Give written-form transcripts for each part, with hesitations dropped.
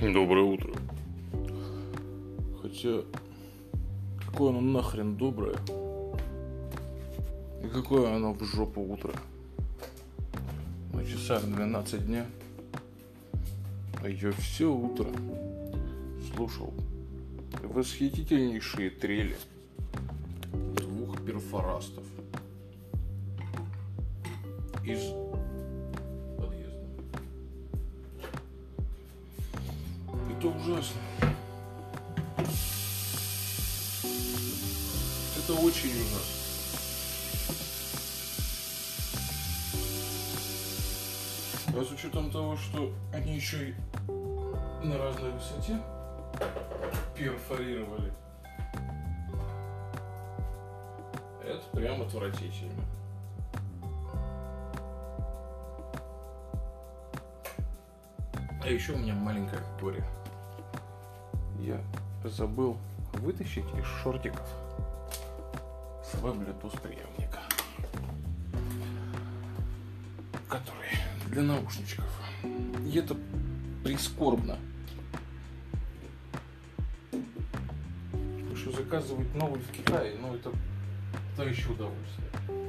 Доброе утро. Хотя, какое оно нахрен доброе? И какое оно в жопу утро? На часах 12 дня. А я все утро слушал восхитительнейшие трели двух перфорастов из подъезда. Это ужасно. Это очень ужасно. А с учетом того, что они еще и на разной высоте перфорировали, это прям отвратительно. А еще у меня маленькое горе. Я забыл вытащить из шортиков свой Bluetooth приемник, который для наушничков. И это прискорбно. Потому что заказывать новый в Китае, это еще удовольствие.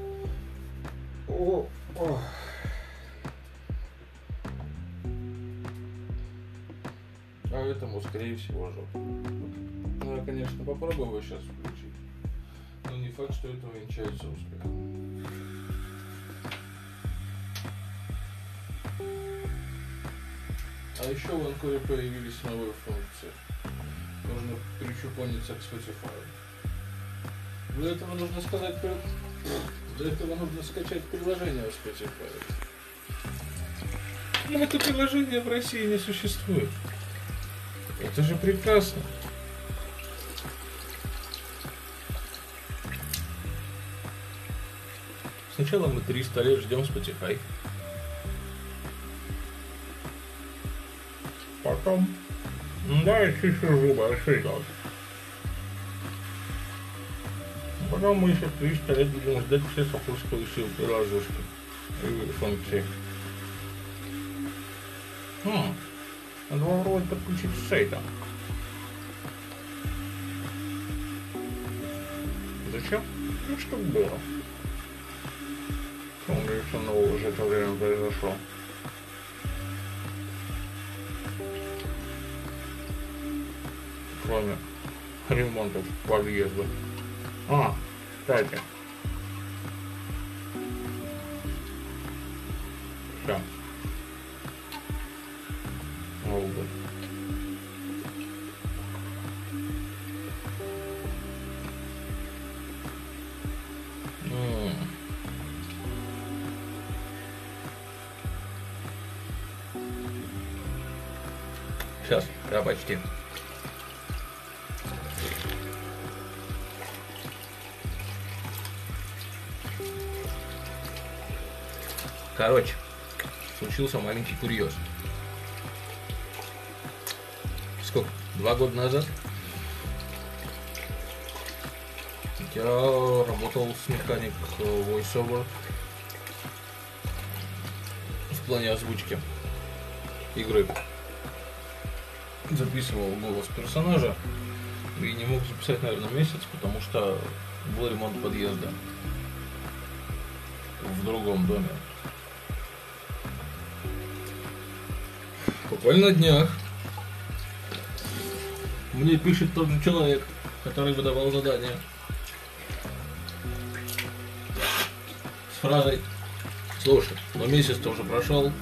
А этому, скорее всего, жопа. Ну, я, конечно, попробую его сейчас включить. Но не факт, что это увенчается успехом. А еще в Анкоре появились новые функции. Можно причупониться к Spotify. Для этого нужно скачать приложение Spotify. Но это приложение в России не существует. Это же прекрасно. Сначала мы 300 лет ждем Spotify. Потом дальше сижу большой год. Потом мы еще 300 лет будем ждать все сопутствующие приложушки и функции. Надо попробовать подключить с сайта. Зачем? Ну, чтобы было. Что нового за это время произошло? Кроме ремонтов подъезда. Кстати. Все. Новый год. Сейчас, да, почти. Короче, случился маленький курьез. Сколько? 2 года назад я работал с механик voiceover в плане озвучки игры. Записывал голос персонажа и не мог записать, наверное, месяц, потому что был ремонт подъезда в другом доме. Буквально на днях мне пишет тот же человек, который выдавал задание, с фразой: слушай, но месяц-то уже прошел.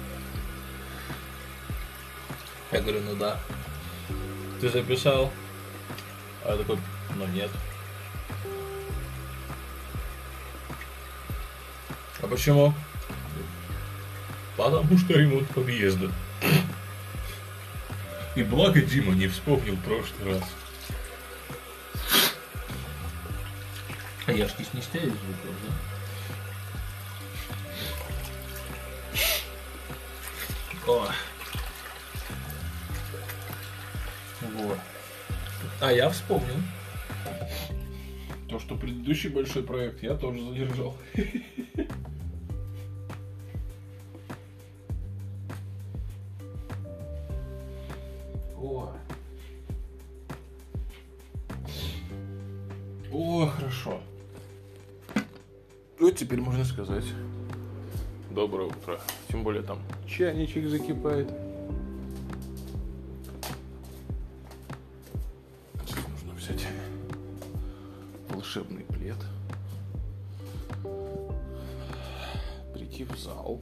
Я говорю, ну да. Ты записал? А я такой, ну нет. А почему? Потому что ремонт подъезда. И благо Дима не вспомнил прошлый раз. А я ж не стесняюсь звуков, да? О. Вот. А я вспомнил то, что предыдущий большой проект я тоже задержал. Вот теперь можно сказать доброе утро. Тем более там чайничек закипает. Сейчас нужно взять волшебный плед, прийти в зал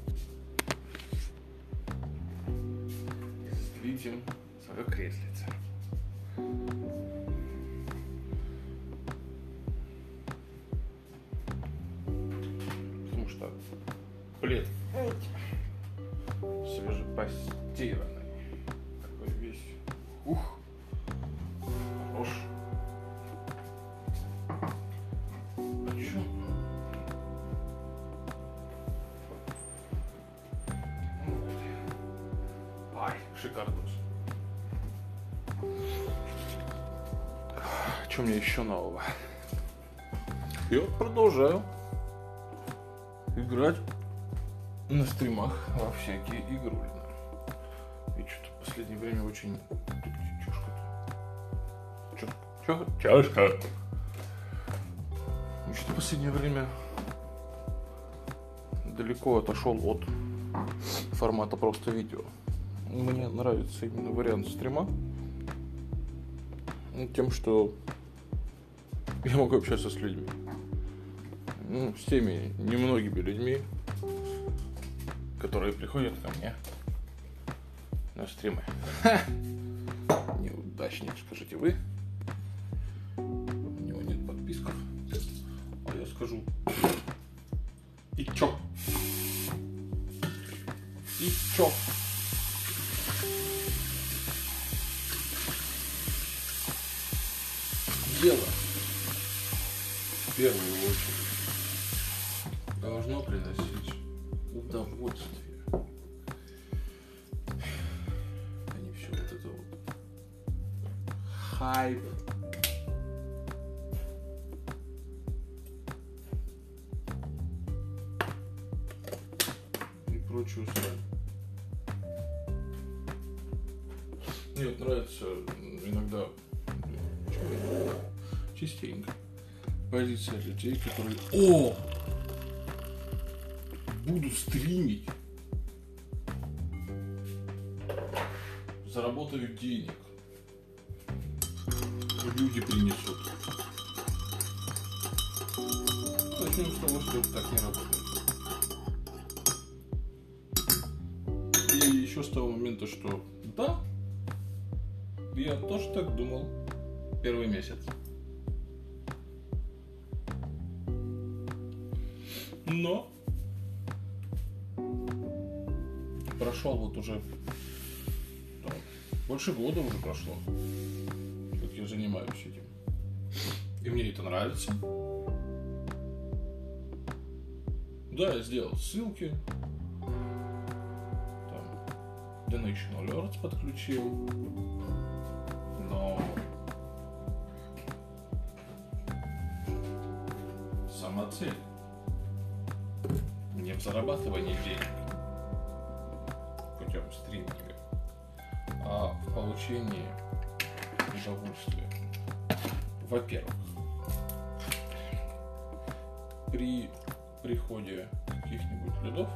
и сдвинуть им свое креслице. Потому что плед свежепостиранный, такой весь, хорош. А чё? Ай, шикардос. Что мне еще нового? Я продолжаю играть на стримах во всякие игры. И что-то в последнее время очень... Чашка. И что-то в последнее время далеко отошел от формата просто видео. Мне нравится именно вариант стрима. Тем, что я могу общаться с людьми. С теми немногими людьми, которые приходят ко мне на стримы. Неудачник, скажите вы. У него нет подписков. А я скажу. И чё? И чё? Дело в первую очередь должно приносить удовольствие, а не все вот это вот хайп. И прочую срань. Мне вот нравится иногда, частенько, позиция людей, которые буду стримить, заработаю денег, люди принесут. Начнем с того, что это так не работает. И еще с того момента, что да, я тоже так думал первый месяц. Но прошел вот уже больше года уже прошло, как я занимаюсь этим. И мне это нравится. Да, я сделал ссылки. Там Donation Alerts подключил. Но сама цель не в зарабатывании денег путем стриминга, а в получении удовольствия. Во-первых, при приходе каких-нибудь людов,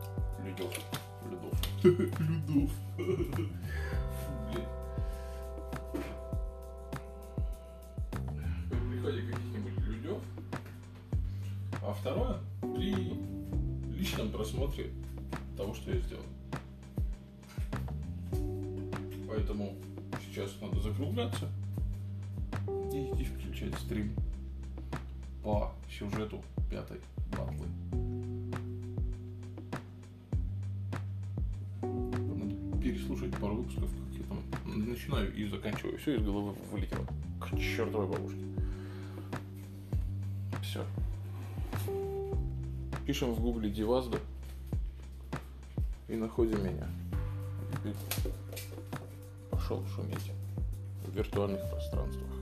при приходе каких-нибудь людей, а второе, при личном просмотре того, что я сделал. Поэтому сейчас надо закругляться и идти включать стрим по сюжету 5-й батлы. Надо переслушать пару выпусков, как я там начинаю и заканчиваю. Все из головы вылетело. К чертовой бабушке. Все. Пишем в гугле Дивазда и находим меня. Пошел шуметь в виртуальных пространствах.